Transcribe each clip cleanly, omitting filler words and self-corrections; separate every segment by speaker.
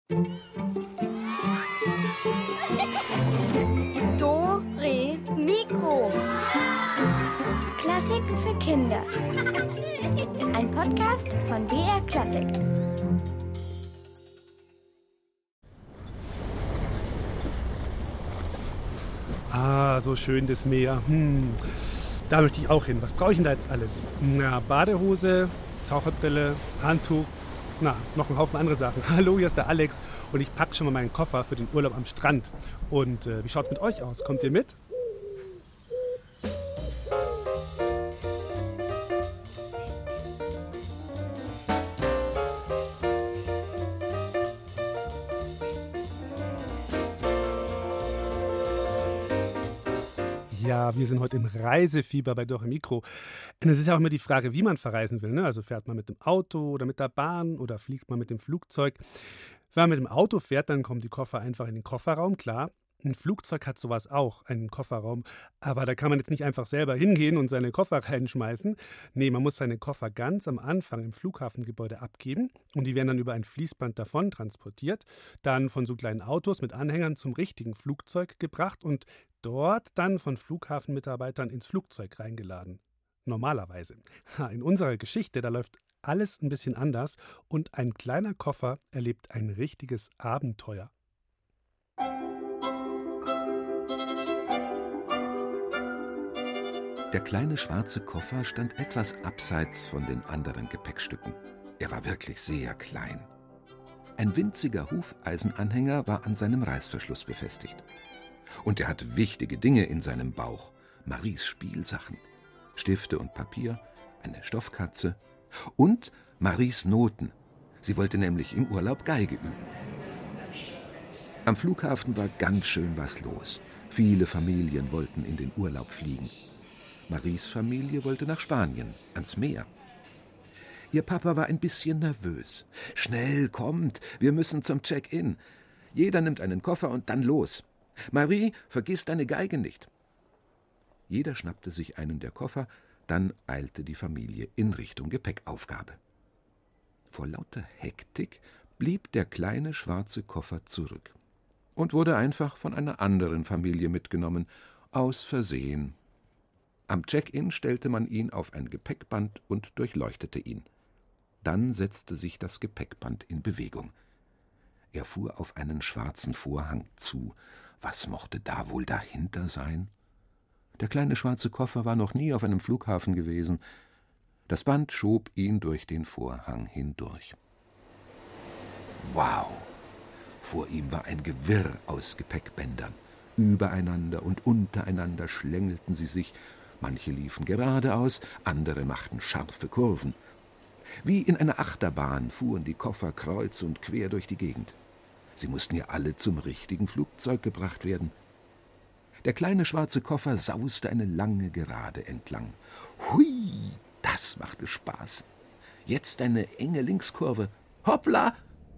Speaker 1: Dore Mikro. Klassiken für Kinder. Ein Podcast von BR Klassik.
Speaker 2: Ah, so schön das Meer. Da möchte ich auch hin. Was brauche ich denn da jetzt alles? Na, Badehose, Taucherbrille, Handtuch, noch ein Haufen andere Sachen. Hallo, hier ist der Alex und ich packe schon mal meinen Koffer für den Urlaub am Strand. Und wie schaut's mit euch aus? Kommt ihr mit? Ja, wir sind heute im Reisefieber bei Dore Mikro. Und es ist ja auch immer die Frage, wie man verreisen will. Ne? Also fährt man mit dem Auto oder mit der Bahn oder fliegt man mit dem Flugzeug. Wenn man mit dem Auto fährt, dann kommen die Koffer einfach in den Kofferraum, klar. Ein Flugzeug hat sowas auch, einen Kofferraum. Aber da kann man jetzt nicht einfach selber hingehen und seine Koffer reinschmeißen. Nee, man muss seine Koffer ganz am Anfang im Flughafengebäude abgeben. Und die werden dann über ein Fließband davon transportiert. Dann von so kleinen Autos mit Anhängern zum richtigen Flugzeug gebracht und dort dann von Flughafenmitarbeitern ins Flugzeug reingeladen. Normalerweise. In unserer Geschichte, da läuft alles ein bisschen anders und ein kleiner Koffer erlebt ein richtiges Abenteuer.
Speaker 3: Der kleine schwarze Koffer stand etwas abseits von den anderen Gepäckstücken. Er war wirklich sehr klein. Ein winziger Hufeisenanhänger war an seinem Reißverschluss befestigt. Und er hatte wichtige Dinge in seinem Bauch. Maries Spielsachen, Stifte und Papier, eine Stoffkatze und Maries Noten. Sie wollte nämlich im Urlaub Geige üben. Am Flughafen war ganz schön was los. Viele Familien wollten in den Urlaub fliegen. Maries Familie wollte nach Spanien, ans Meer. Ihr Papa war ein bisschen nervös. »Schnell, kommt, wir müssen zum Check-in. Jeder nimmt einen Koffer und dann los. Marie, vergiss deine Geige nicht.« Jeder schnappte sich einen der Koffer, dann eilte die Familie in Richtung Gepäckaufgabe. Vor lauter Hektik blieb der kleine schwarze Koffer zurück und wurde einfach von einer anderen Familie mitgenommen, aus Versehen. Am Check-in stellte man ihn auf ein Gepäckband und durchleuchtete ihn. Dann setzte sich das Gepäckband in Bewegung. Er fuhr auf einen schwarzen Vorhang zu. Was mochte da wohl dahinter sein? Der kleine schwarze Koffer war noch nie auf einem Flughafen gewesen. Das Band schob ihn durch den Vorhang hindurch. Wow! Vor ihm war ein Gewirr aus Gepäckbändern. Übereinander und untereinander schlängelten sie sich. Manche liefen geradeaus, andere machten scharfe Kurven. Wie in einer Achterbahn fuhren die Koffer kreuz und quer durch die Gegend. Sie mussten ja alle zum richtigen Flugzeug gebracht werden. Der kleine schwarze Koffer sauste eine lange Gerade entlang. Hui, das machte Spaß. Jetzt eine enge Linkskurve. Hoppla!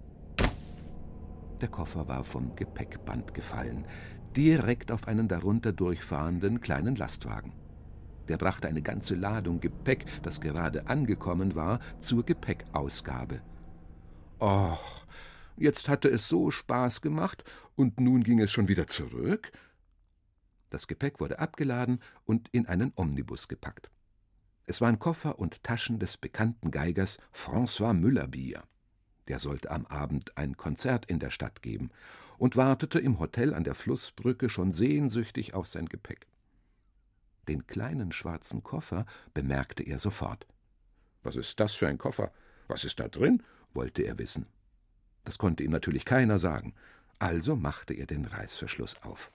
Speaker 3: Der Koffer war vom Gepäckband gefallen, direkt auf einen darunter durchfahrenden kleinen Lastwagen. Der brachte eine ganze Ladung Gepäck, das gerade angekommen war, zur Gepäckausgabe. Och, jetzt hatte es so Spaß gemacht, und nun ging es schon wieder zurück. Das Gepäck wurde abgeladen und in einen Omnibus gepackt. Es waren Koffer und Taschen des bekannten Geigers François Müllerbier. Der sollte am Abend ein Konzert in der Stadt geben und wartete im Hotel an der Flussbrücke schon sehnsüchtig auf sein Gepäck. Den kleinen schwarzen Koffer bemerkte er sofort. »Was ist das für ein Koffer? Was ist da drin?« wollte er wissen. Das konnte ihm natürlich keiner sagen. Also machte er den Reißverschluss auf.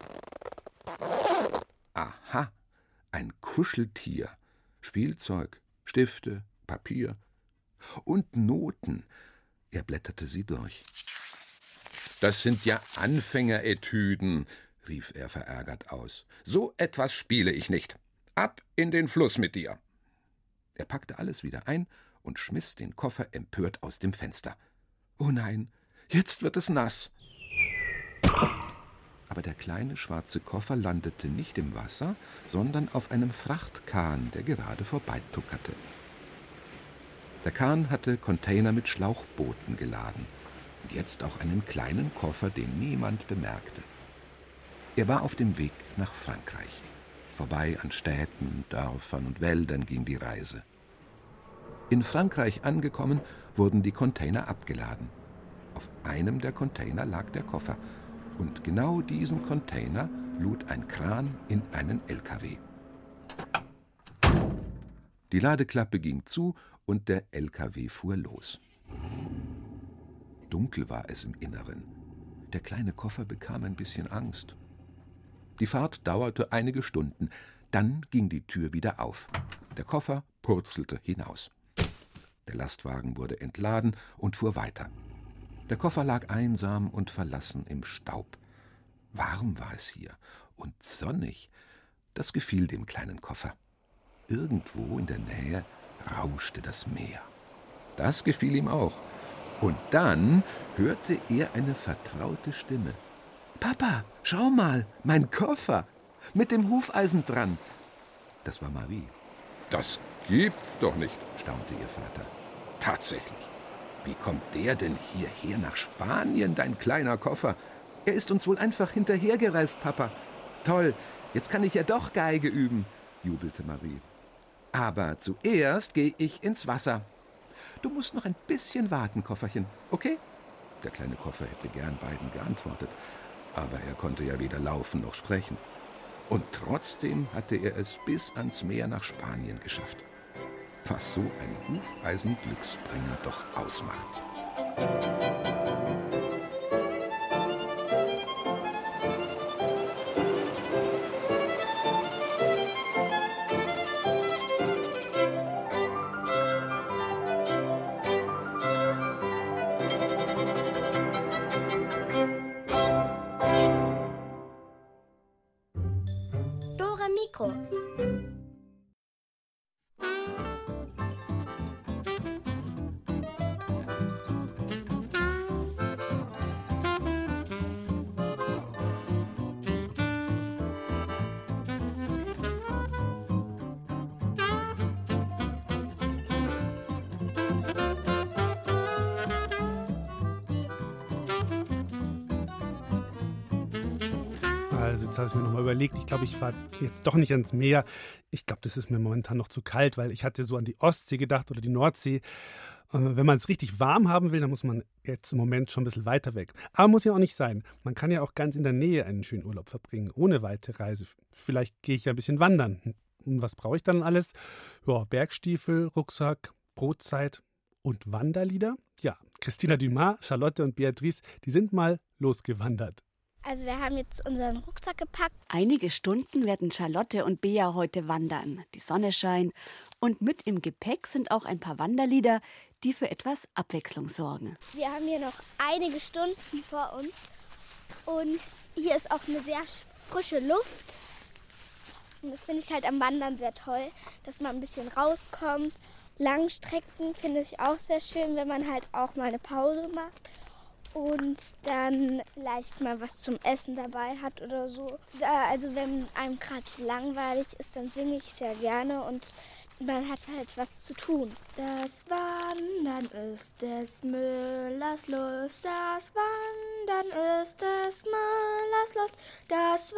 Speaker 3: Aha, ein Kuscheltier, Spielzeug, Stifte, Papier und Noten. Er blätterte sie durch. »Das sind ja Anfängeretüden«, rief er verärgert aus. »So etwas spiele ich nicht. Ab in den Fluss mit dir!« Er packte alles wieder ein und schmiss den Koffer empört aus dem Fenster. »Oh nein, jetzt wird es nass!« Aber der kleine schwarze Koffer landete nicht im Wasser, sondern auf einem Frachtkahn, der gerade vorbeituckerte. Der Kahn hatte Container mit Schlauchbooten geladen. und jetzt auch einen kleinen Koffer, den niemand bemerkte. Er war auf dem Weg nach Frankreich. Vorbei an Städten, Dörfern und Wäldern ging die Reise. In Frankreich angekommen, wurden die Container abgeladen. Auf einem der Container lag der Koffer. Und genau diesen Container lud ein Kran in einen LKW. Die Ladeklappe ging zu und der LKW fuhr los. Dunkel war es im Inneren. Der kleine Koffer bekam ein bisschen Angst. Die Fahrt dauerte einige Stunden. Dann ging die Tür wieder auf. Der Koffer purzelte hinaus. Der Lastwagen wurde entladen und fuhr weiter. Der Koffer lag einsam und verlassen im Staub. Warm war es hier und sonnig. Das gefiel dem kleinen Koffer. Irgendwo in der Nähe rauschte das Meer. Das gefiel ihm auch. Und dann hörte er eine vertraute Stimme. »Papa, schau mal, mein Koffer, mit dem Hufeisen dran.« Das war Marie. »Das gibt's doch nicht«, staunte ihr Vater. »Tatsächlich. Wie kommt der denn hierher nach Spanien, dein kleiner Koffer? Er ist uns wohl einfach hinterhergereist, Papa. Toll, jetzt kann ich ja doch Geige üben«, jubelte Marie. »Aber zuerst gehe ich ins Wasser. Du musst noch ein bisschen warten, Kofferchen, okay?« Der kleine Koffer hätte gern beiden geantwortet, aber er konnte ja weder laufen noch sprechen. Und trotzdem hatte er es bis ans Meer nach Spanien geschafft. Was so ein Hufeisen-Glücksbringer doch ausmacht.
Speaker 1: Dora Mikro.
Speaker 2: Also jetzt habe ich mir nochmal überlegt, ich glaube, ich fahre jetzt doch nicht ans Meer. Ich glaube, das ist mir momentan noch zu kalt, weil ich hatte so an die Ostsee gedacht oder die Nordsee. Wenn man es richtig warm haben will, dann muss man jetzt im Moment schon ein bisschen weiter weg. Aber muss ja auch nicht sein. Man kann ja auch ganz in der Nähe einen schönen Urlaub verbringen, ohne weite Reise. Vielleicht gehe ich ja ein bisschen wandern. Und was brauche ich dann alles? Ja, Bergstiefel, Rucksack, Brotzeit und Wanderlieder. Ja, Christina Dumas, Charlotte und Beatrice, die sind mal losgewandert.
Speaker 1: Also wir haben jetzt unseren Rucksack gepackt.
Speaker 4: Einige Stunden werden Charlotte und Bea heute wandern. Die Sonne scheint und mit im Gepäck sind auch ein paar Wanderlieder, die für etwas Abwechslung sorgen.
Speaker 1: Wir haben hier noch einige Stunden vor uns und hier ist auch eine sehr frische Luft. Und das finde ich halt am Wandern sehr toll, dass man ein bisschen rauskommt. Langstrecken finde ich auch sehr schön, wenn man halt auch mal eine Pause macht. Und dann vielleicht mal was zum Essen dabei hat oder so. Also wenn einem gerade langweilig ist, dann singe ich sehr gerne und man hat halt was zu tun. Das Wandern ist des Müllers Lust, das Wandern ist des Müllers Lust, das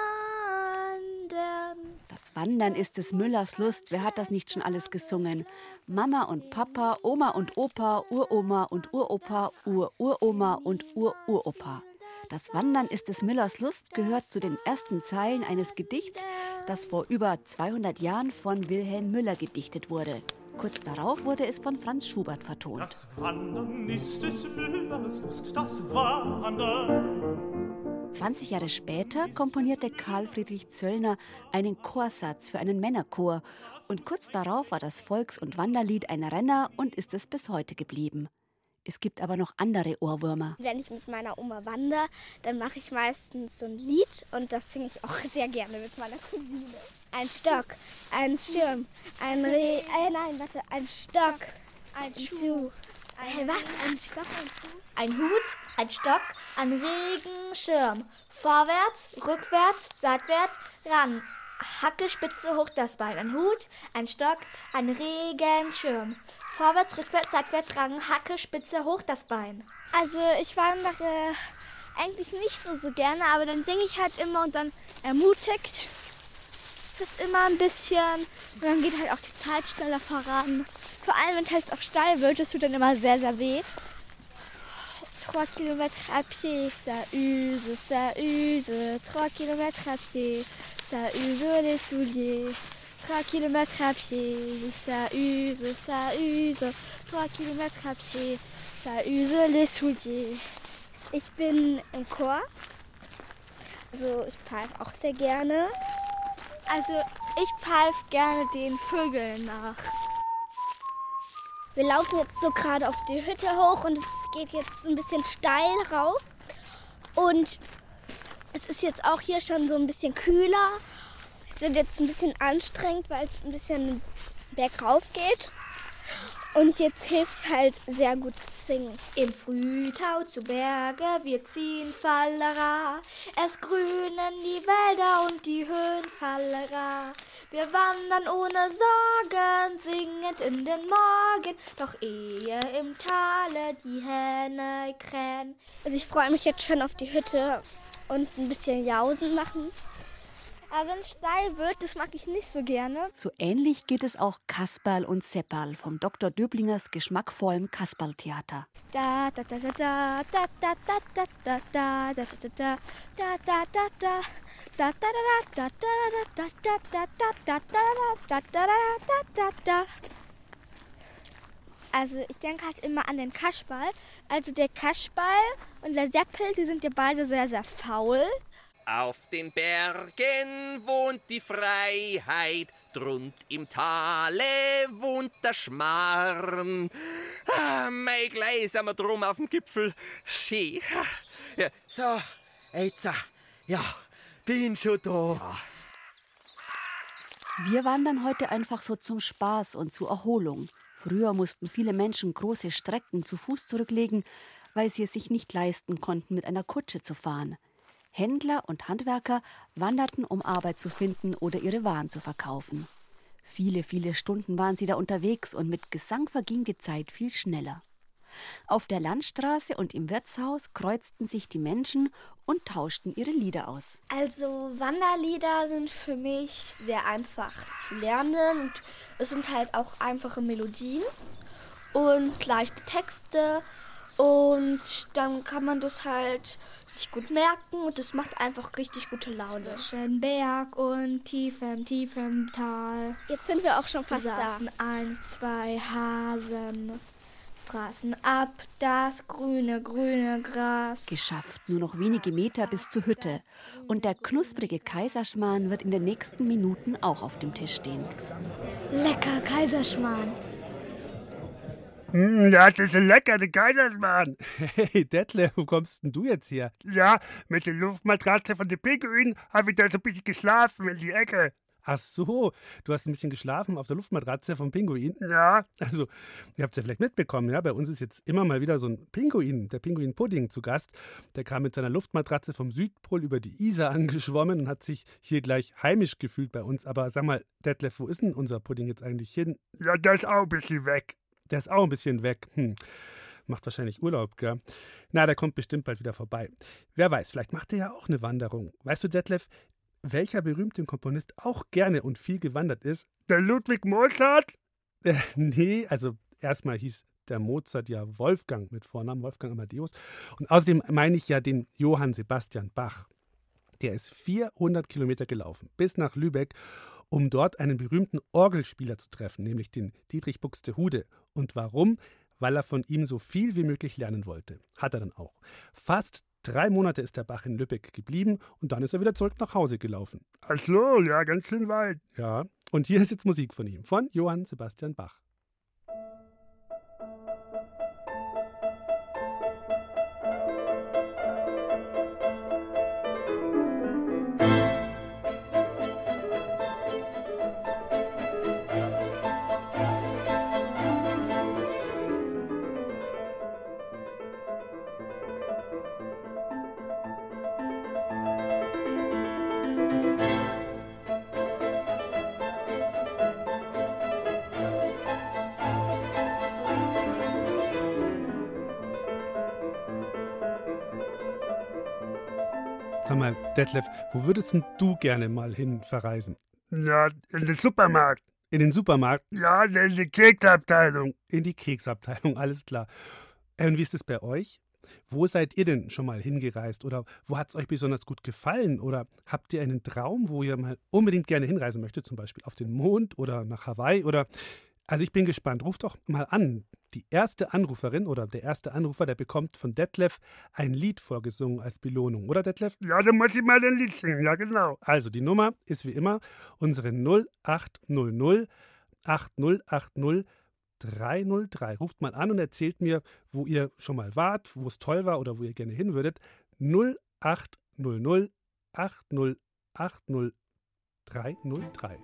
Speaker 1: Wandern.
Speaker 4: Das Wandern ist des Müllers Lust. Wer hat das nicht schon alles gesungen? Mama und Papa, Oma und Opa, Uroma und Uropa, Ururoma und Ururopa. Das Wandern ist des Müllers Lust gehört zu den ersten Zeilen eines Gedichts, das vor über 200 Jahren von Wilhelm Müller gedichtet wurde. Kurz darauf wurde es von Franz Schubert vertont.
Speaker 5: Das Wandern ist des Müllers Lust, das Wandern.
Speaker 4: 20 Jahre später komponierte Karl Friedrich Zöllner einen Chorsatz für einen Männerchor. Und kurz darauf war das Volks- und Wanderlied ein Renner und ist es bis heute geblieben. Es gibt aber noch andere Ohrwürmer.
Speaker 1: Wenn ich mit meiner Oma wandere, dann mache ich meistens so ein Lied und das singe ich auch sehr gerne mit meiner Cousine. Ein Stock, ein Schirm, ein ein Stock, ein Schuh. Was? Ein Stock, ein Schuh?
Speaker 6: Ein Hut, ein Stock, ein Regenschirm. Vorwärts, rückwärts, seitwärts, ran. Hacke, Spitze, hoch das Bein. Ein Hut, ein Stock, ein Regenschirm. Vorwärts, rückwärts, seitwärts, Rang, Hacke, Spitze, hoch das Bein.
Speaker 1: Also ich wandere eigentlich nicht so gerne, aber dann singe ich halt immer und dann ermutigt das immer ein bisschen. Und dann geht halt auch die Zeit schneller voran. Vor allem, wenn es halt auch steil wird, das tut dann immer sehr, sehr weh. 3 kilomètres à pied, ça use, 3 kilomètres à pied, ça use les souliers. 3 kilomètres à pied, ça use, 3 kilomètres à pied, ça use les souliers. Ich bin im Chor, also ich pfeife auch sehr gerne. Also ich pfeife gerne den Vögeln nach. Wir laufen jetzt so gerade auf die Hütte hoch und es geht jetzt ein bisschen steil rauf. Und es ist jetzt auch hier schon so ein bisschen kühler. Es wird jetzt ein bisschen anstrengend, weil es ein bisschen bergauf geht. Und jetzt hilft halt sehr gut das Singen.
Speaker 6: Im Frühtau zu Berge, wir ziehen Fallera. Es grünen die Wälder und die Höhen Fallera. Wir wandern ohne Sorgen, singend in den Morgen. Doch ehe im Tale die Hähne krähen.
Speaker 1: Also ich freue mich jetzt schon auf die Hütte und ein bisschen Jausen machen. Aber wenn es steil wird, das mag ich nicht so gerne.
Speaker 4: So ähnlich geht es auch Kasperl und Sepperl vom Dr. Döblingers geschmackvollem Kasperltheater.
Speaker 1: Da da da da da da da da da da da da da da da da. Da da da da da da da da da da da da da da. Also ich denke halt immer an den Kasperl. Also der Kasperl und der Seppel, die sind ja beide sehr, sehr faul.
Speaker 7: Auf den Bergen wohnt die Freiheit, drund im Tale wohnt der Schmarrn. Mei, gleich sind wir drum auf dem Gipfel. Schön. Ja.
Speaker 8: So, jetzt, ja, bin schon da.
Speaker 4: Wir wandern heute einfach so zum Spaß und zur Erholung. Früher mussten viele Menschen große Strecken zu Fuß zurücklegen, weil sie es sich nicht leisten konnten, mit einer Kutsche zu fahren. Händler und Handwerker wanderten, um Arbeit zu finden oder ihre Waren zu verkaufen. Viele, viele Stunden waren sie da unterwegs und mit Gesang verging die Zeit viel schneller. Auf der Landstraße und im Wirtshaus kreuzten sich die Menschen und tauschten ihre Lieder aus.
Speaker 6: Also Wanderlieder sind für mich sehr einfach zu lernen und es sind halt auch einfache Melodien und leichte Texte. Und dann kann man das halt sich gut merken und das macht einfach richtig gute Laune.
Speaker 1: Zwischen Berg und tiefem Tal. Jetzt sind wir auch schon fast da.
Speaker 6: 1, 2 Hasen, fraßen ab das grüne Gras.
Speaker 4: Geschafft, nur noch wenige Meter bis zur Hütte. Und der knusprige Kaiserschmarrn wird in den nächsten Minuten auch auf dem Tisch stehen.
Speaker 1: Lecker Kaiserschmarrn.
Speaker 2: Das ist ein leckerer Kaiserschmarrn. Hey, Detlef, wo kommst denn du jetzt her?
Speaker 9: Ja, mit der Luftmatratze von den Pinguinen habe ich da so ein bisschen geschlafen in die Ecke.
Speaker 2: Ach so, du hast ein bisschen geschlafen auf der Luftmatratze vom Pinguin?
Speaker 9: Ja.
Speaker 2: Also, ihr habt es ja vielleicht mitbekommen, ja, bei uns ist jetzt immer mal wieder so ein Pinguin, der Pinguin-Pudding zu Gast. Der kam mit seiner Luftmatratze vom Südpol über die Isar angeschwommen und hat sich hier gleich heimisch gefühlt bei uns. Aber sag mal, Detlef, wo ist denn unser Pudding jetzt eigentlich hin?
Speaker 9: Ja, der ist auch ein bisschen weg.
Speaker 2: Der ist auch ein bisschen weg. Macht wahrscheinlich Urlaub, gell? Na, der kommt bestimmt bald wieder vorbei. Wer weiß, vielleicht macht er ja auch eine Wanderung. Weißt du, Detlef, welcher berühmte Komponist auch gerne und viel gewandert ist?
Speaker 9: Der Ludwig Mozart?
Speaker 2: Nee, also erstmal hieß der Mozart ja Wolfgang mit Vornamen, Wolfgang Amadeus. Und außerdem meine ich ja den Johann Sebastian Bach. Der ist 400 Kilometer gelaufen, bis nach Lübeck, um dort einen berühmten Orgelspieler zu treffen, nämlich den Dietrich Buxtehude. Und warum? Weil er von ihm so viel wie möglich lernen wollte. Hat er dann auch. Fast 3 Monate ist der Bach in Lübeck geblieben und dann ist er wieder zurück nach Hause gelaufen.
Speaker 9: Ach so, ja, ganz schön weit.
Speaker 2: Ja, und hier ist jetzt Musik von ihm, von Johann Sebastian Bach. Sag mal, Detlef, wo würdest denn du gerne mal hin verreisen?
Speaker 9: Ja, in den Supermarkt.
Speaker 2: In den Supermarkt?
Speaker 9: Ja, in die Keksabteilung.
Speaker 2: In die Keksabteilung, alles klar. Und wie ist es bei euch? Wo seid ihr denn schon mal hingereist? Oder wo hat es euch besonders gut gefallen? Oder habt ihr einen Traum, wo ihr mal unbedingt gerne hinreisen möchtet? Zum Beispiel auf den Mond oder nach Hawaii? Oder also ich bin gespannt. Ruft doch mal an. Die erste Anruferin oder der erste Anrufer, der bekommt von Detlef ein Lied vorgesungen als Belohnung. Oder, Detlef?
Speaker 9: Ja, dann muss ich mal ein Lied singen. Ja, genau.
Speaker 2: Also die Nummer ist wie immer unsere 0800 8080 303. Ruft mal an und erzählt mir, wo ihr schon mal wart, wo es toll war oder wo ihr gerne hin würdet. 0800 8080 303.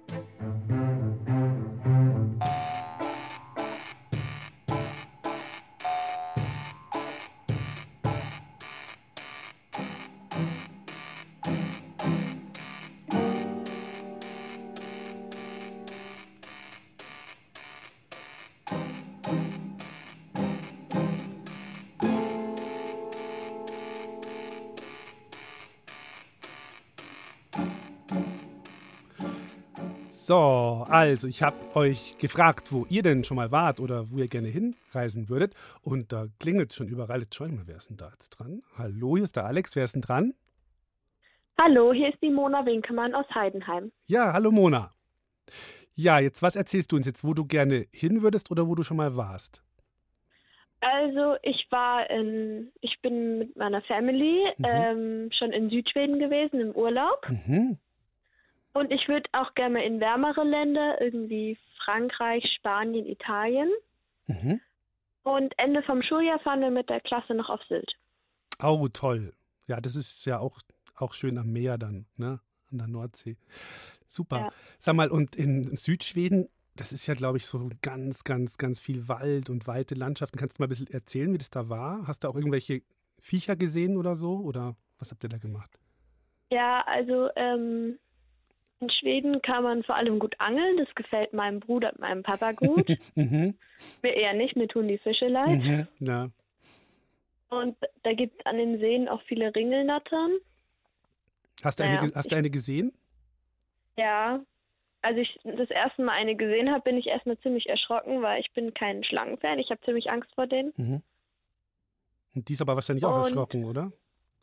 Speaker 2: So, also ich habe euch gefragt, wo ihr denn schon mal wart oder wo ihr gerne hinreisen würdet. Und da klingelt es schon überall. Jetzt schau ich mal, wer ist denn da jetzt dran? Hallo, hier ist der Alex. Wer ist denn dran?
Speaker 10: Hallo, hier ist die Mona Winkemann aus Heidenheim.
Speaker 2: Ja, hallo Mona. Ja, jetzt was erzählst du uns jetzt, wo du gerne hin würdest oder wo du schon mal warst?
Speaker 10: Also ich bin mit meiner Family schon in Südschweden gewesen im Urlaub.
Speaker 2: Mhm.
Speaker 10: Und ich würde auch gerne in wärmere Länder, irgendwie Frankreich, Spanien, Italien.
Speaker 2: Mhm.
Speaker 10: Und Ende vom Schuljahr fahren wir mit der Klasse noch auf Sylt.
Speaker 2: Oh, toll. Ja, das ist ja auch schön am Meer dann, ne? An der Nordsee. Super.
Speaker 10: Ja.
Speaker 2: Sag mal, und in Südschweden, das ist ja, glaube ich, so ganz, ganz, ganz viel Wald und weite Landschaften. Kannst du mal ein bisschen erzählen, wie das da war? Hast du auch irgendwelche Viecher gesehen oder so? Oder was habt ihr da gemacht?
Speaker 10: Ja, also in Schweden kann man vor allem gut angeln. Das gefällt meinem Bruder und meinem Papa gut.
Speaker 2: Mhm.
Speaker 10: Mir eher nicht, mir tun die Fische leid.
Speaker 2: Mhm. Ja.
Speaker 10: Und da gibt es an den Seen auch viele Ringelnattern.
Speaker 2: Hast du eine gesehen?
Speaker 10: Ja, als ich das erste Mal eine gesehen habe, bin ich erstmal ziemlich erschrocken, weil ich bin kein Schlangenfan. Ich habe ziemlich Angst vor denen.
Speaker 2: Mhm. Und die ist aber wahrscheinlich auch
Speaker 10: Und-
Speaker 2: erschrocken, oder?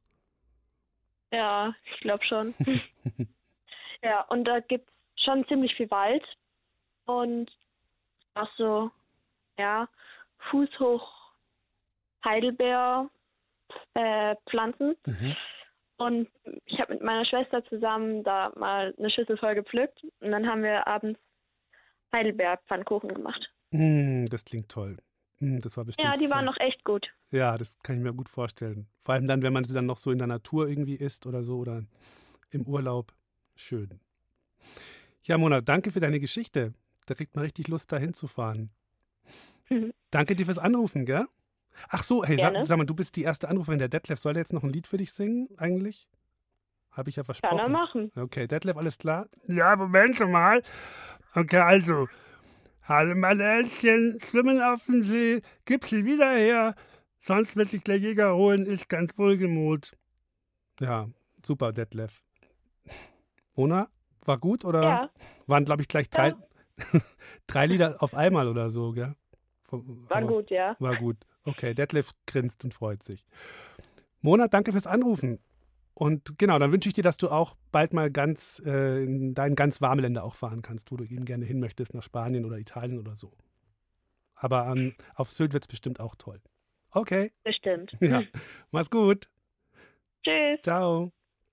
Speaker 10: Ja, ich glaube schon. Ja, und da gibt es schon ziemlich viel Wald und auch so, ja, fußhoch Heidelbeer Pflanzen.
Speaker 2: Mhm.
Speaker 10: Und ich habe mit meiner Schwester zusammen da mal eine Schüssel voll gepflückt und dann haben wir abends Heidelbeerpfannkuchen gemacht.
Speaker 2: Das klingt toll. Das war bestimmt
Speaker 10: Ja, die waren
Speaker 2: voll.
Speaker 10: noch echt gut.
Speaker 2: Ja, das kann ich mir gut vorstellen. Vor allem dann, wenn man sie dann noch so in der Natur irgendwie isst oder so oder im Urlaub. Schön. Ja, Mona, danke für deine Geschichte. Da kriegt man richtig Lust, da hinzufahren. Danke dir fürs Anrufen, gell? Ach so, hey,
Speaker 10: Gerne.
Speaker 2: sag mal, du bist die erste Anruferin. Der Detlef, soll der jetzt noch ein Lied für dich singen eigentlich? Habe ich ja versprochen.
Speaker 10: Kann er machen.
Speaker 2: Okay, Detlef, alles klar?
Speaker 9: Ja, Moment mal. Okay, also. Hallo meine Äschen, schwimmen auf dem See, gib sie wieder her, sonst wird sich der Jäger holen, ist ganz wohlgemut.
Speaker 2: Ja, super, Detlef. Mona, war gut oder
Speaker 10: Ja.
Speaker 2: waren, glaube ich, gleich drei Lieder auf einmal oder so, gell?
Speaker 10: War gut, ja.
Speaker 2: War gut. Okay, Detlef grinst und freut sich. Mona, danke fürs Anrufen. Und genau, dann wünsche ich dir, dass du auch bald mal in dein ganz warme Länder auch fahren kannst, wo du eben gerne hin möchtest, nach Spanien oder Italien oder so. Aber auf Sylt wird es bestimmt auch toll. Okay.
Speaker 10: Bestimmt.
Speaker 2: Ja, mach's gut.
Speaker 10: Tschüss.
Speaker 2: Ciao.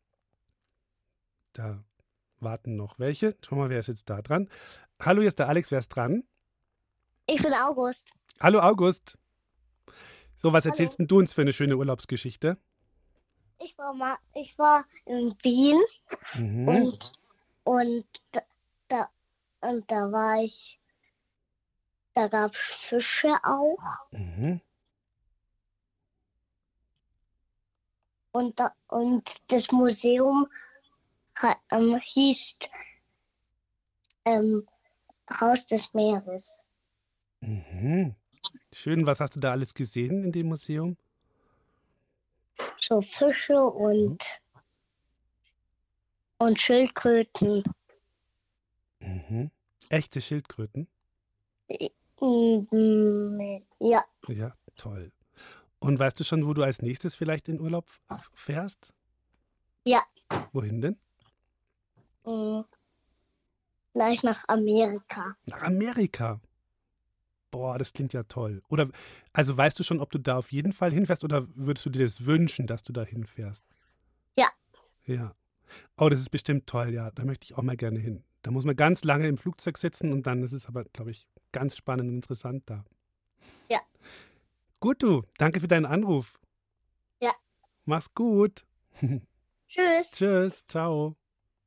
Speaker 2: Da warten noch welche. Schau mal, wer ist jetzt da dran? Hallo, hier ist der Alex. Wer ist dran?
Speaker 11: Ich bin August.
Speaker 2: Hallo, August. So, was
Speaker 11: Hallo.
Speaker 2: erzählst denn du uns für eine schöne Urlaubsgeschichte?
Speaker 11: Ich war in Wien
Speaker 2: Mhm.
Speaker 11: und da war ich, da gab es Fische auch
Speaker 2: Mhm.
Speaker 11: und das Museum hieß Haus des Meeres.
Speaker 2: Mhm. Schön, was hast du da alles gesehen in dem Museum?
Speaker 11: So Fische und und Schildkröten.
Speaker 2: Mhm. Echte Schildkröten?
Speaker 11: Ja,
Speaker 2: Ja, toll. Und weißt du schon, wo du als nächstes vielleicht in Urlaub fährst?
Speaker 11: ja.
Speaker 2: Wohin denn?
Speaker 11: Gleich nach Amerika.
Speaker 2: Nach Amerika. Boah, das klingt ja toll. Oder, also weißt du schon, ob du da auf jeden Fall hinfährst oder würdest du dir das wünschen, dass du da hinfährst?
Speaker 11: Ja.
Speaker 2: Ja. Oh, das ist bestimmt toll, ja. Da möchte ich auch mal gerne hin. Da muss man ganz lange im Flugzeug sitzen und dann ist es aber, glaube ich, ganz spannend und interessant da.
Speaker 11: Ja.
Speaker 2: Gut, du. Danke für deinen Anruf.
Speaker 11: Ja.
Speaker 2: Mach's gut.
Speaker 11: Tschüss.
Speaker 2: Tschüss. Ciao.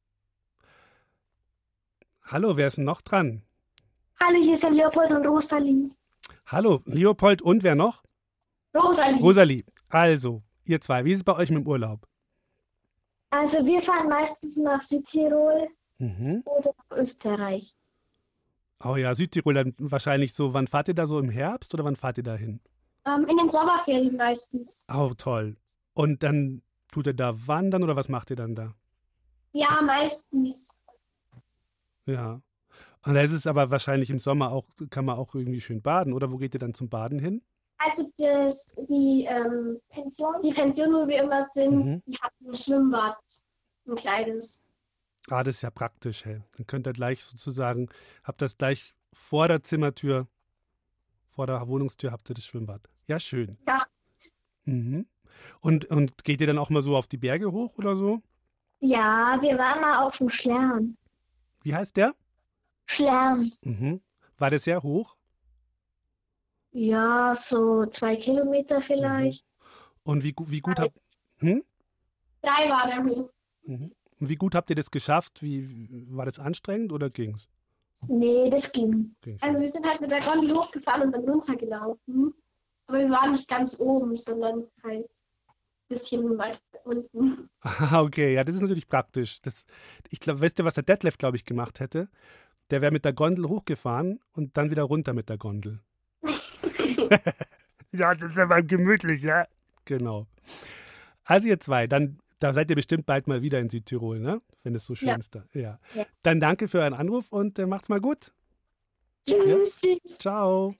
Speaker 2: Hallo, wer ist denn noch dran?
Speaker 12: Hallo, hier ist der Leopold und Rosalie.
Speaker 2: Hallo, Leopold und wer noch?
Speaker 12: Rosalie.
Speaker 2: Rosalie. Also, ihr zwei, wie ist es bei euch mit dem Urlaub?
Speaker 12: Also wir fahren meistens nach Südtirol
Speaker 2: Mhm.
Speaker 12: oder nach Österreich.
Speaker 2: Oh ja, Südtirol dann wahrscheinlich so. Wann fahrt ihr da so im Herbst oder wann fahrt ihr da hin?
Speaker 12: In den Sommerferien meistens.
Speaker 2: Oh, toll. Und dann tut ihr da wandern oder was macht ihr dann da?
Speaker 12: Ja, meistens.
Speaker 2: Ja. Und da ist es aber wahrscheinlich im Sommer auch, kann man auch irgendwie schön baden. Oder wo geht ihr dann zum Baden hin?
Speaker 12: Also die Pension, wo wir immer sind,
Speaker 2: Mhm.
Speaker 12: die hat ein Schwimmbad, ein kleines.
Speaker 2: Ah, das ist ja praktisch, hey. Dann könnt ihr gleich sozusagen, habt das gleich vor der Zimmertür, vor der Wohnungstür habt ihr das Schwimmbad. Ja, schön.
Speaker 12: Ja.
Speaker 2: Mhm. Und geht ihr dann auch mal so auf die Berge hoch oder so?
Speaker 12: Ja, wir waren mal auf dem Schlern.
Speaker 2: Wie heißt der?
Speaker 12: Schlern.
Speaker 2: Mhm. War der sehr hoch?
Speaker 12: Ja, so 2 Kilometer vielleicht.
Speaker 2: Und wie gut habt,
Speaker 12: 3 war der hoch.
Speaker 2: und wie gut habt ihr das geschafft? War das anstrengend oder ging's?
Speaker 12: Nee, das ging.
Speaker 2: Ging
Speaker 12: Also wir sind halt mit der Gondel hochgefahren und dann runtergelaufen. Aber wir waren nicht ganz oben, sondern halt ein bisschen weit unten.
Speaker 2: Ah, okay, ja, das ist natürlich praktisch. Ich glaube, weißt du, was der Detlef, glaube ich, gemacht hätte? Der wäre mit der Gondel hochgefahren und dann wieder runter mit der Gondel.
Speaker 9: Ja, das ist aber gemütlich, ja.
Speaker 2: Genau. Also ihr zwei, dann da seid ihr bestimmt bald mal wieder in Südtirol, ne? Wenn es so schön
Speaker 12: Ja.
Speaker 2: ist da. Ja.
Speaker 12: Ja.
Speaker 2: Dann danke für euren Anruf und macht's mal gut.
Speaker 12: Tschüss, tschüss.
Speaker 2: Ciao.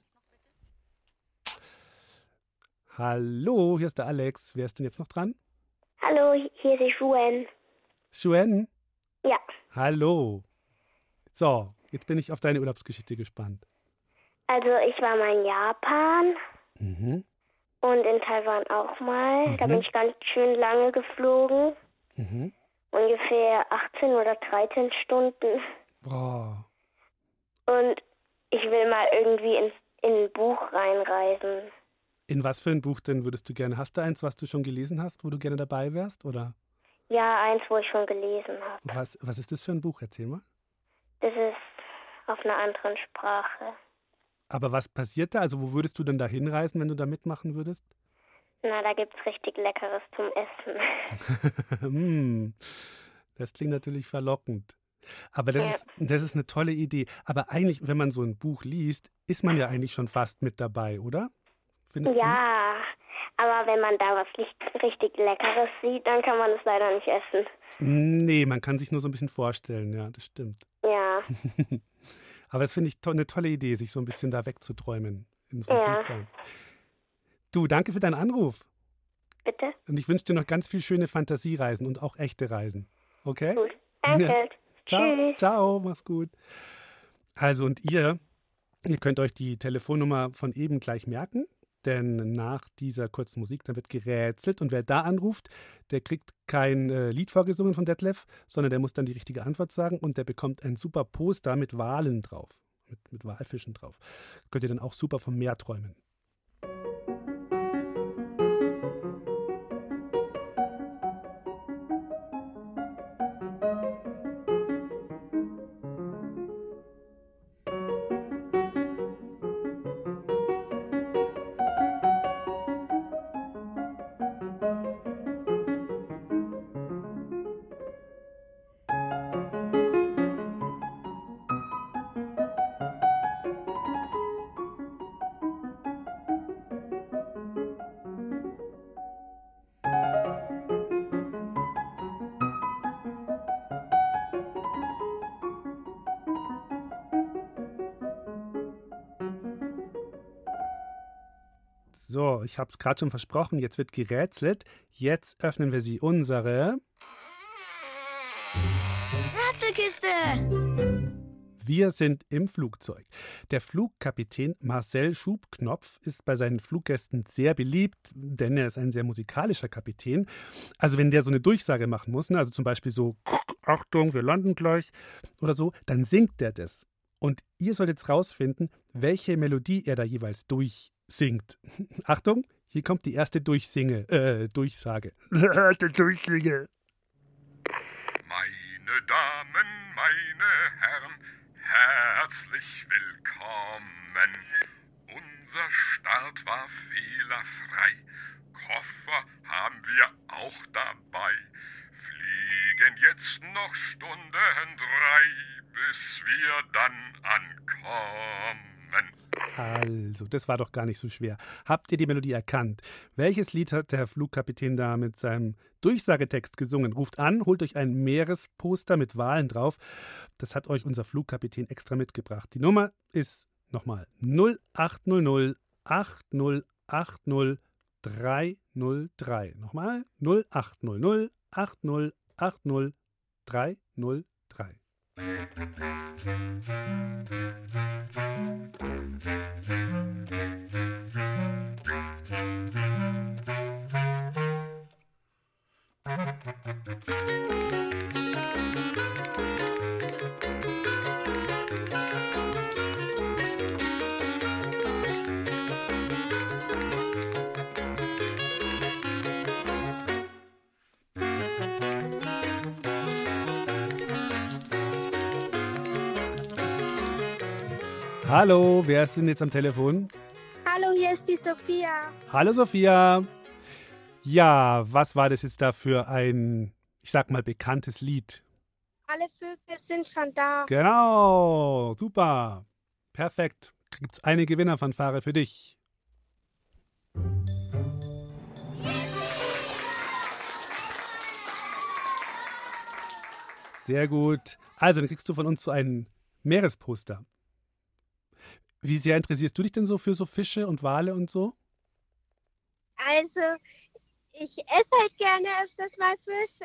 Speaker 2: Hallo, hier ist der Alex. Wer ist denn jetzt noch dran?
Speaker 13: Hallo, hier ist die Shuen.
Speaker 2: Shuen?
Speaker 13: Ja,
Speaker 2: Hallo. So, jetzt bin ich auf deine Urlaubsgeschichte gespannt.
Speaker 13: also ich war mal in Japan
Speaker 2: Mhm.
Speaker 13: und in Taiwan auch mal. Da
Speaker 2: Mhm.
Speaker 13: bin ich ganz schön lange geflogen.
Speaker 2: Mhm.
Speaker 13: Ungefähr 18 oder 13 Stunden.
Speaker 2: Boah.
Speaker 13: Und ich will mal irgendwie in ein Buch reinreisen.
Speaker 2: In was für ein Buch denn würdest du gerne? Hast du eins, was du schon gelesen hast, wo du gerne dabei wärst? Oder
Speaker 13: Ja, eins, wo ich schon gelesen habe.
Speaker 2: was ist das für ein Buch? Erzähl mal.
Speaker 13: Das ist auf einer anderen Sprache.
Speaker 2: Aber was passiert da? Also wo würdest du denn da hinreisen, wenn du da mitmachen würdest?
Speaker 13: Na, da gibt's richtig Leckeres zum Essen.
Speaker 2: Das klingt natürlich verlockend. Aber das ist eine tolle Idee. Aber eigentlich, wenn man so ein Buch liest, ist man ja eigentlich schon fast mit dabei, oder? Findest du nicht?
Speaker 13: Ja, aber wenn man da was richtig Leckeres sieht, dann kann man es leider nicht essen.
Speaker 2: Nee, man kann sich nur so ein bisschen vorstellen, ja, das stimmt.
Speaker 13: Ja,
Speaker 2: Aber das finde ich eine tolle Idee, sich so ein bisschen da wegzuträumen in so ein
Speaker 13: Ja.
Speaker 2: Buch rein. Du, danke für deinen Anruf.
Speaker 13: bitte?
Speaker 2: Und ich wünsche dir noch ganz viel schöne Fantasiereisen und auch echte Reisen. Okay?
Speaker 13: Gut. Danke.
Speaker 2: Ja. Ciao,
Speaker 13: Tschüss.
Speaker 2: ciao, mach's gut. Also und ihr könnt euch die Telefonnummer von eben gleich merken, denn nach dieser kurzen Musik, dann wird gerätselt und wer da anruft, der kriegt kein Lied vorgesungen von Detlef, sondern der muss dann die richtige Antwort sagen und der bekommt ein super Poster mit Walen drauf, mit Walfischen drauf. Könnt ihr dann auch super vom Meer träumen. So, ich habe es gerade schon versprochen, jetzt wird gerätselt. Jetzt öffnen wir unsere
Speaker 14: Rätselkiste.
Speaker 2: Wir sind im Flugzeug. Der Flugkapitän Marcel Schubknopf ist bei seinen Fluggästen sehr beliebt, denn er ist ein sehr musikalischer Kapitän. Also wenn der so eine Durchsage machen muss, also zum Beispiel so, Achtung, wir landen gleich oder so, dann singt der das. Und ihr sollt jetzt rausfinden, welche Melodie er da jeweils durchsingt. Achtung, hier kommt die erste Durchsage.
Speaker 9: Die Durchsinge.
Speaker 15: Meine Damen, meine Herren, herzlich willkommen. Unser Start war fehlerfrei. Koffer haben wir auch dabei. Fliegen jetzt noch Stunden 3, bis wir dann ankommen.
Speaker 2: Also, das war doch gar nicht so schwer. Habt ihr die Melodie erkannt? Welches Lied hat der Flugkapitän da mit seinem Durchsagetext gesungen? Ruft an, holt euch ein Meeresposter mit Walen drauf. Das hat euch unser Flugkapitän extra mitgebracht. Die Nummer ist nochmal 0800 8080 303. Nochmal 0800 8080 303. Hallo, wer ist denn jetzt am Telefon?
Speaker 16: Hallo, hier ist die Sophia.
Speaker 2: Hallo Sophia. Ja, was war das jetzt da für ein, ich sag mal, bekanntes Lied?
Speaker 16: Alle Vögel sind schon da.
Speaker 2: Genau, super. Perfekt. Gibt's eine Gewinnerfanfare für dich. Sehr gut. Also, dann kriegst du von uns so ein Meeresposter. Wie sehr interessierst du dich denn so für so Fische und Wale und so?
Speaker 16: Also, ich esse halt gerne öfters mal Fisch,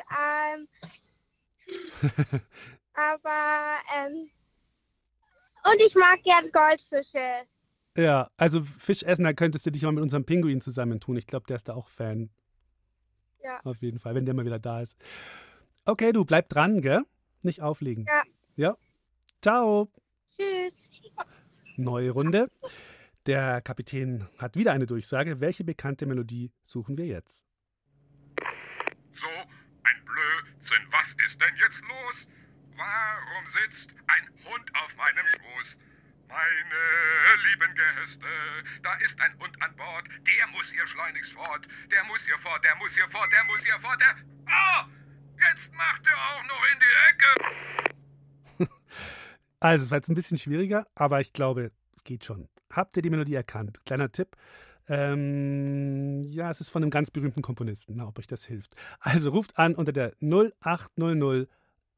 Speaker 16: aber und ich mag gern Goldfische.
Speaker 2: Ja, also Fisch essen, da könntest du dich mal mit unserem Pinguin zusammentun. Ich glaube, der ist da auch Fan.
Speaker 16: Ja.
Speaker 2: Auf jeden Fall, wenn der mal wieder da ist. Okay, du bleib dran, gell? Nicht auflegen.
Speaker 16: Ja.
Speaker 2: Ja. Ciao.
Speaker 16: Tschüss.
Speaker 2: Neue Runde. Der Kapitän hat wieder eine Durchsage. Welche bekannte Melodie suchen wir jetzt?
Speaker 15: So, ein Blödsinn, was ist denn jetzt los? Warum sitzt ein Hund auf meinem Schoß? Meine lieben Gäste, da ist ein Hund an Bord, der muss hier schleunigst fort. Der muss hier fort, der muss hier fort, der muss hier fort, der... Ah! Jetzt macht er auch noch in die Ecke!
Speaker 2: Also, es war jetzt ein bisschen schwieriger, aber ich glaube, es geht schon. Habt ihr die Melodie erkannt? Kleiner Tipp. Ja, es ist von einem ganz berühmten Komponisten, ob euch das hilft. Also ruft an unter der 0800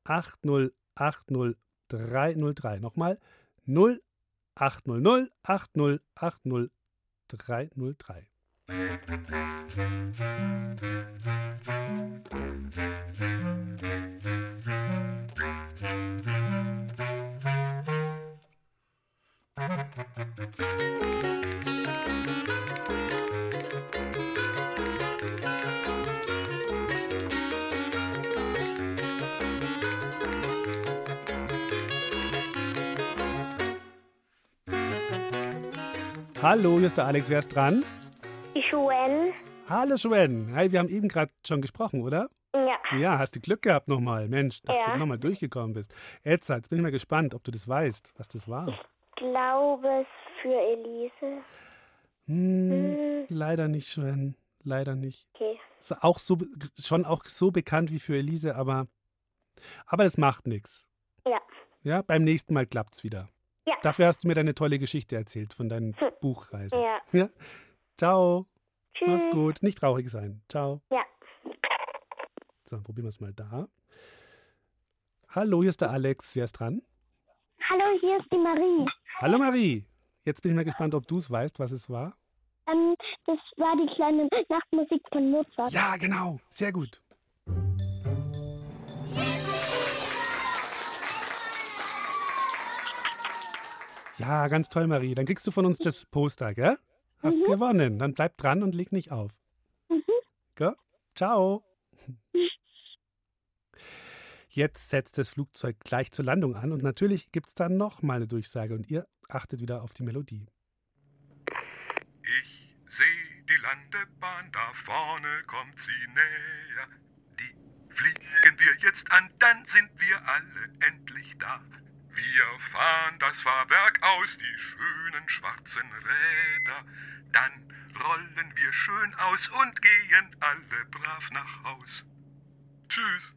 Speaker 2: 8080 303. Nochmal 0800 8080 303. Hallo, hier ist der Alex. Wer ist dran?
Speaker 13: Die Schuen.
Speaker 2: Hallo, Schwen. Hi, wir haben eben gerade schon gesprochen, oder?
Speaker 13: Ja.
Speaker 2: Ja, hast du Glück gehabt nochmal. Mensch, dass
Speaker 13: Ja.
Speaker 2: du nochmal durchgekommen bist. Jetzt bin ich mal gespannt, ob du das weißt, was das war.
Speaker 13: Ich glaube es für Elise.
Speaker 2: Leider nicht, Schwen. Leider nicht.
Speaker 13: Okay.
Speaker 2: Ist auch so, schon auch so bekannt wie für Elise, aber das macht nichts.
Speaker 13: Ja.
Speaker 2: Ja, beim nächsten Mal klappt's wieder.
Speaker 13: Ja.
Speaker 2: Dafür hast du mir deine tolle Geschichte erzählt von deinen Buchreisen.
Speaker 13: Ja.
Speaker 2: Ciao.
Speaker 13: Tschüss.
Speaker 2: Mach's gut. Nicht traurig sein. Ciao.
Speaker 13: Ja.
Speaker 2: So, probieren wir es mal da. Hallo, hier ist der Alex. Wer ist dran?
Speaker 13: Hallo, hier ist die Marie.
Speaker 2: Hallo Marie. Jetzt bin ich mal gespannt, ob du es weißt, was es war.
Speaker 13: Das war die kleine Nachtmusik von Mozart.
Speaker 2: Ja, genau. Sehr gut. Ja, ganz toll, Marie. Dann kriegst du von uns das Poster, gell? Hast gewonnen. Dann bleib dran und leg nicht auf. Gell? Ciao. Jetzt setzt das Flugzeug gleich zur Landung an und natürlich gibt es dann noch mal eine Durchsage und ihr achtet wieder auf die Melodie.
Speaker 15: Ich sehe die Landebahn, da vorne kommt sie näher. Die fliegen wir jetzt an, dann sind wir alle endlich da. Wir fahren das Fahrwerk aus, die schönen schwarzen Räder. Dann rollen wir schön aus und gehen alle brav nach Haus. Tschüss.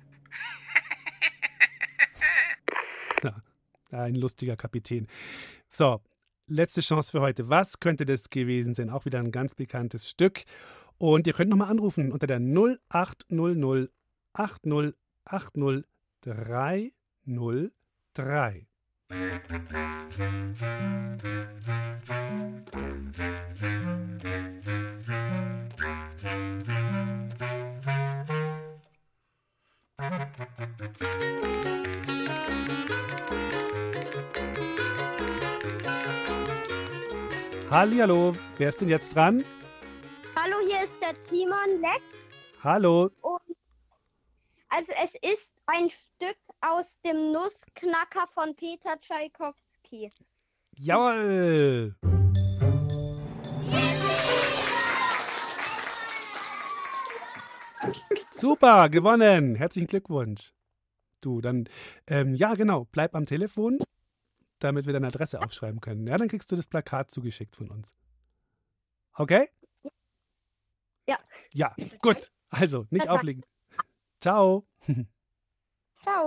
Speaker 2: Na, ein lustiger Kapitän. So, letzte Chance für heute. Was könnte das gewesen sein? Auch wieder ein ganz bekanntes Stück. Und ihr könnt nochmal anrufen unter der 0800 80 80 303. Hallihallo, wer ist denn jetzt dran?
Speaker 16: Hallo, hier ist der Timon Leck.
Speaker 2: Hallo.
Speaker 16: Und also es ist ein Stück aus dem Nussknacker von Peter Tschaikowski.
Speaker 2: Jawohl. Super, gewonnen. Herzlichen Glückwunsch. Du, dann, ja genau, bleib am Telefon, damit wir deine Adresse aufschreiben können. Ja, dann kriegst du das Plakat zugeschickt von uns. Okay?
Speaker 16: Ja.
Speaker 2: Ja, gut. Also, nicht auflegen. Ciao.
Speaker 16: Ciao.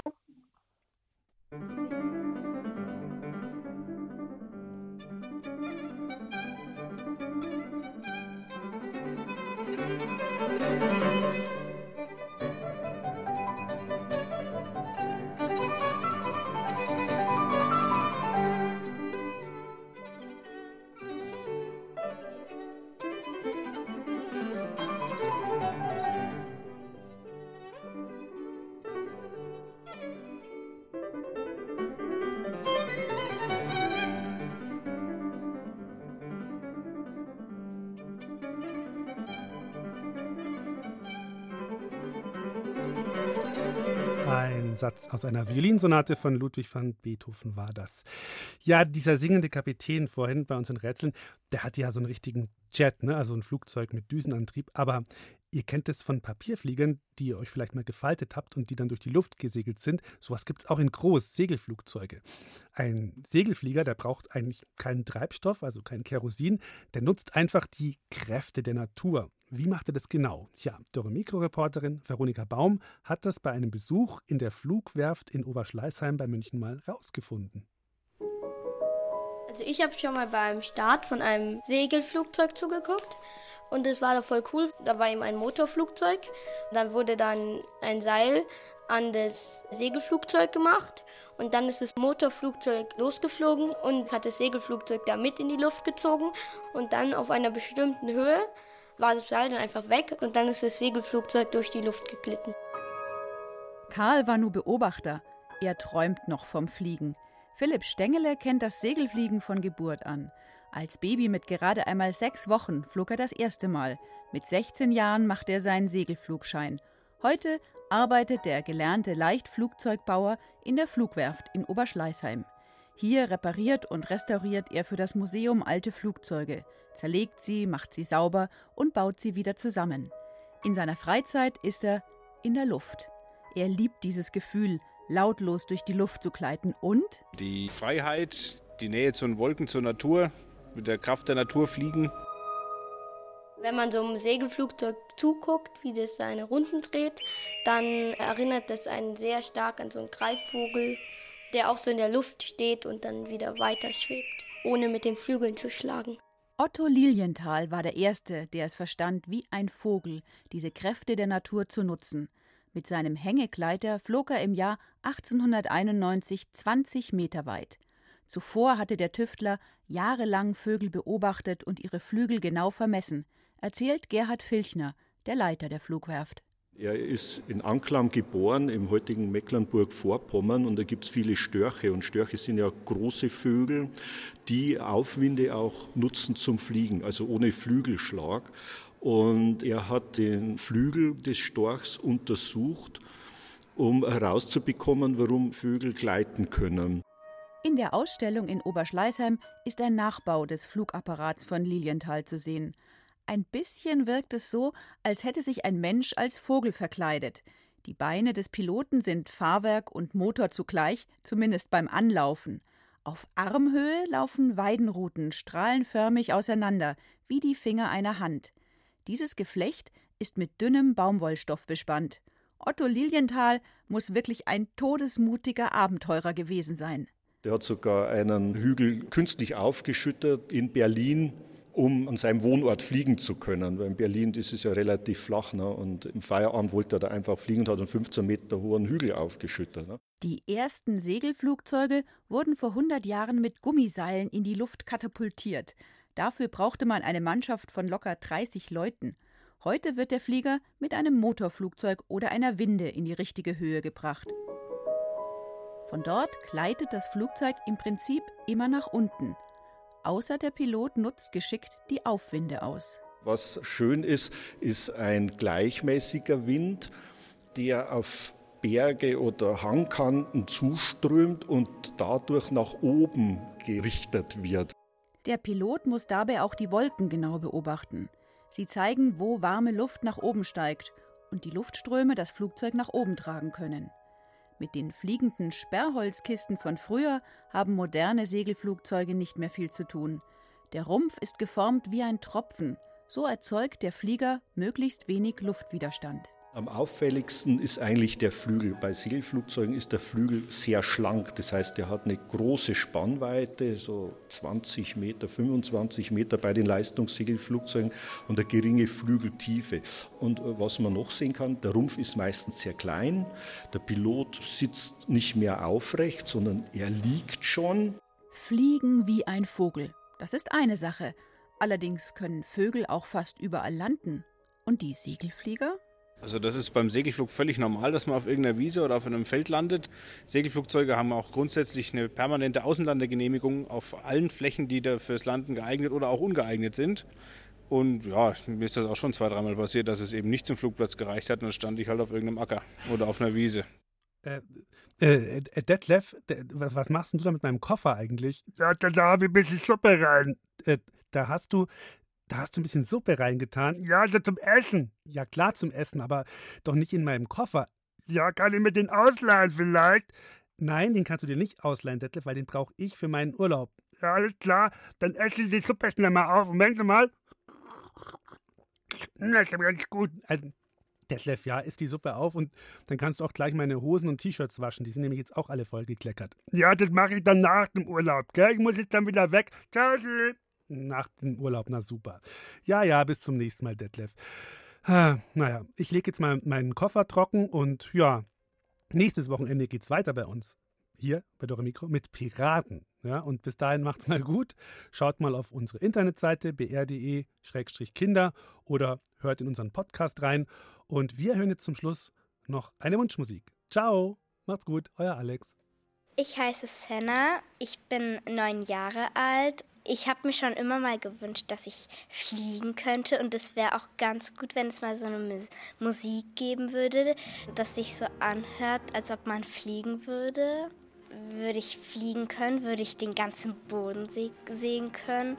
Speaker 2: Ein Satz aus einer Violinsonate von Ludwig van Beethoven war das. Ja, dieser singende Kapitän vorhin bei unseren Rätseln, der hat ja so einen richtigen Jet, ne? Also ein Flugzeug mit Düsenantrieb. Aber ihr kennt es von Papierfliegern, die ihr euch vielleicht mal gefaltet habt und die dann durch die Luft gesegelt sind. Sowas gibt es auch in groß, Segelflugzeuge. Ein Segelflieger, der braucht eigentlich keinen Treibstoff, also kein Kerosin. Der nutzt einfach die Kräfte der Natur. Wie macht er das genau? Ja, Dore-Mikro-Reporterin Veronika Baum hat das bei einem Besuch in der Flugwerft in Oberschleißheim bei München mal rausgefunden.
Speaker 14: Also ich habe schon mal beim Start von einem Segelflugzeug zugeguckt und das war doch voll cool. Da war eben ein Motorflugzeug. Dann wurde dann ein Seil an das Segelflugzeug gemacht und dann ist das Motorflugzeug losgeflogen und hat das Segelflugzeug da mit in die Luft gezogen und dann auf einer bestimmten Höhe war das Seil dann einfach weg und dann ist das Segelflugzeug durch die Luft geglitten.
Speaker 17: Karl war nur Beobachter. Er träumt noch vom Fliegen. Philipp Stengele kennt das Segelfliegen von Geburt an. Als Baby mit gerade einmal 6 Wochen flog er das erste Mal. Mit 16 Jahren machte er seinen Segelflugschein. Heute arbeitet der gelernte Leichtflugzeugbauer in der Flugwerft in Oberschleißheim. Hier repariert und restauriert er für das Museum alte Flugzeuge, zerlegt sie, macht sie sauber und baut sie wieder zusammen. In seiner Freizeit ist er in der Luft. Er liebt dieses Gefühl, lautlos durch die Luft zu gleiten und
Speaker 18: die Freiheit, die Nähe zu den Wolken, zur Natur, mit der Kraft der Natur fliegen.
Speaker 14: Wenn man so einem Segelflugzeug zuguckt, wie das seine Runden dreht, dann erinnert das einen sehr stark an so einen Greifvogel, der auch so in der Luft steht und dann wieder weiter schwebt, ohne mit den Flügeln zu schlagen.
Speaker 17: Otto Lilienthal war der Erste, der es verstand, wie ein Vogel diese Kräfte der Natur zu nutzen. Mit seinem Hängegleiter flog er im Jahr 1891 20 Meter weit. Zuvor hatte der Tüftler jahrelang Vögel beobachtet und ihre Flügel genau vermessen. erzählt Gerhard Filchner, der Leiter der Flugwerft.
Speaker 19: Er ist in Anklam geboren, im heutigen Mecklenburg-Vorpommern, und da gibt es viele Störche. Und Störche sind ja große Vögel, die Aufwinde auch nutzen zum Fliegen, also ohne Flügelschlag. Und er hat den Flügel des Storchs untersucht, um herauszubekommen, warum Vögel gleiten können.
Speaker 17: In der Ausstellung in Oberschleißheim ist ein Nachbau des Flugapparats von Lilienthal zu sehen. Ein bisschen wirkt es so, als hätte sich ein Mensch als Vogel verkleidet. Die Beine des Piloten sind Fahrwerk und Motor zugleich, zumindest beim Anlaufen. Auf Armhöhe laufen Weidenruten strahlenförmig auseinander, wie die Finger einer Hand. Dieses Geflecht ist mit dünnem Baumwollstoff bespannt. Otto Lilienthal muss wirklich ein todesmutiger Abenteurer gewesen sein.
Speaker 19: Der hat sogar einen Hügel künstlich aufgeschüttet in Berlin, um an seinem Wohnort fliegen zu können. Weil in Berlin, das ist ja relativ flach, ne? Und im Feierabend wollte er da einfach fliegen und hat einen 15 Meter hohen Hügel aufgeschüttet. Ne?
Speaker 17: Die ersten Segelflugzeuge wurden vor 100 Jahren mit Gummiseilen in die Luft katapultiert. Dafür brauchte man eine Mannschaft von locker 30 Leuten. Heute wird der Flieger mit einem Motorflugzeug oder einer Winde in die richtige Höhe gebracht. Von dort gleitet das Flugzeug im Prinzip immer nach unten. Außer der Pilot nutzt geschickt die Aufwinde aus.
Speaker 19: Was schön ist, ist ein gleichmäßiger Wind, der auf Berge oder Hangkanten zuströmt und dadurch nach oben gerichtet wird.
Speaker 17: Der Pilot muss dabei auch die Wolken genau beobachten. Sie zeigen, wo warme Luft nach oben steigt und die Luftströme das Flugzeug nach oben tragen können. Mit den fliegenden Sperrholzkisten von früher haben moderne Segelflugzeuge nicht mehr viel zu tun. Der Rumpf ist geformt wie ein Tropfen. So erzeugt der Flieger möglichst wenig Luftwiderstand.
Speaker 19: Am auffälligsten ist eigentlich der Flügel. Bei Segelflugzeugen ist der Flügel sehr schlank. Das heißt, er hat eine große Spannweite, so 20 Meter, 25 Meter bei den Leistungssegelflugzeugen und eine geringe Flügeltiefe. Und was man noch sehen kann, der Rumpf ist meistens sehr klein. Der Pilot sitzt nicht mehr aufrecht, sondern er liegt schon.
Speaker 17: Fliegen wie ein Vogel, das ist eine Sache. Allerdings können Vögel auch fast überall landen. Und die Segelflieger?
Speaker 18: Also das ist beim Segelflug völlig normal, dass man auf irgendeiner Wiese oder auf einem Feld landet. Segelflugzeuge haben auch grundsätzlich eine permanente Außenlandegenehmigung auf allen Flächen, die da fürs Landen geeignet oder auch ungeeignet sind. Und ja, mir ist das auch schon 2-3 Mal passiert, dass es eben nicht zum Flugplatz gereicht hat und dann stand ich halt auf irgendeinem Acker oder auf einer Wiese.
Speaker 2: Detlef, was machst denn du da mit meinem Koffer eigentlich?
Speaker 9: Ja, da habe ich ein bisschen Suppe rein.
Speaker 2: Da hast du ein bisschen Suppe reingetan?
Speaker 9: Ja, also zum Essen.
Speaker 2: Ja, klar zum Essen, aber doch nicht in meinem Koffer.
Speaker 9: Ja, kann ich mir den ausleihen vielleicht?
Speaker 2: Nein, den kannst du dir nicht ausleihen, Detlef, weil den brauche ich für meinen Urlaub.
Speaker 9: Ja, alles klar. Dann esse ich die Suppe schnell mal auf. Moment mal. Das ist ganz gut.
Speaker 2: Detlef, ja, isst die Suppe auf und dann kannst du auch gleich meine Hosen und T-Shirts waschen. Die sind nämlich jetzt auch alle voll gekleckert.
Speaker 9: Ja, das mache ich dann nach dem Urlaub, gell? Ich muss jetzt dann wieder weg. Ciao,
Speaker 2: nach dem Urlaub, na super. Ja, bis zum nächsten Mal, Detlef. Naja, ich lege jetzt mal meinen Koffer trocken und ja, nächstes Wochenende geht's weiter bei uns. Hier bei Dore Mikro mit Piraten. Ja, und bis dahin macht's mal gut. Schaut mal auf unsere Internetseite br.de/kinder oder hört in unseren Podcast rein. Und wir hören jetzt zum Schluss noch eine Wunschmusik. Ciao, macht's gut, euer Alex.
Speaker 20: Ich heiße Senna, ich bin 9 Jahre alt. Ich habe mir schon immer mal gewünscht, dass ich fliegen könnte und es wäre auch ganz gut, wenn es mal so eine Musik geben würde, dass sich so anhört, als ob man fliegen würde. Würde ich fliegen können, würde ich den ganzen Boden sehen können.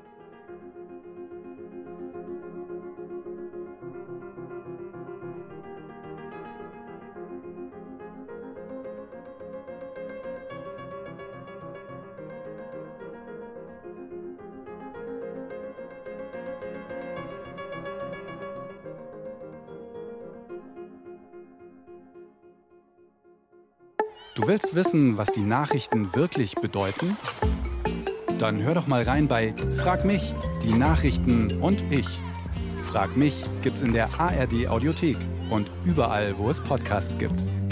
Speaker 21: Du willst wissen, was die Nachrichten wirklich bedeuten? Dann hör doch mal rein bei Frag mich, die Nachrichten und ich. Frag mich gibt's in der ARD Audiothek und überall, wo es Podcasts gibt.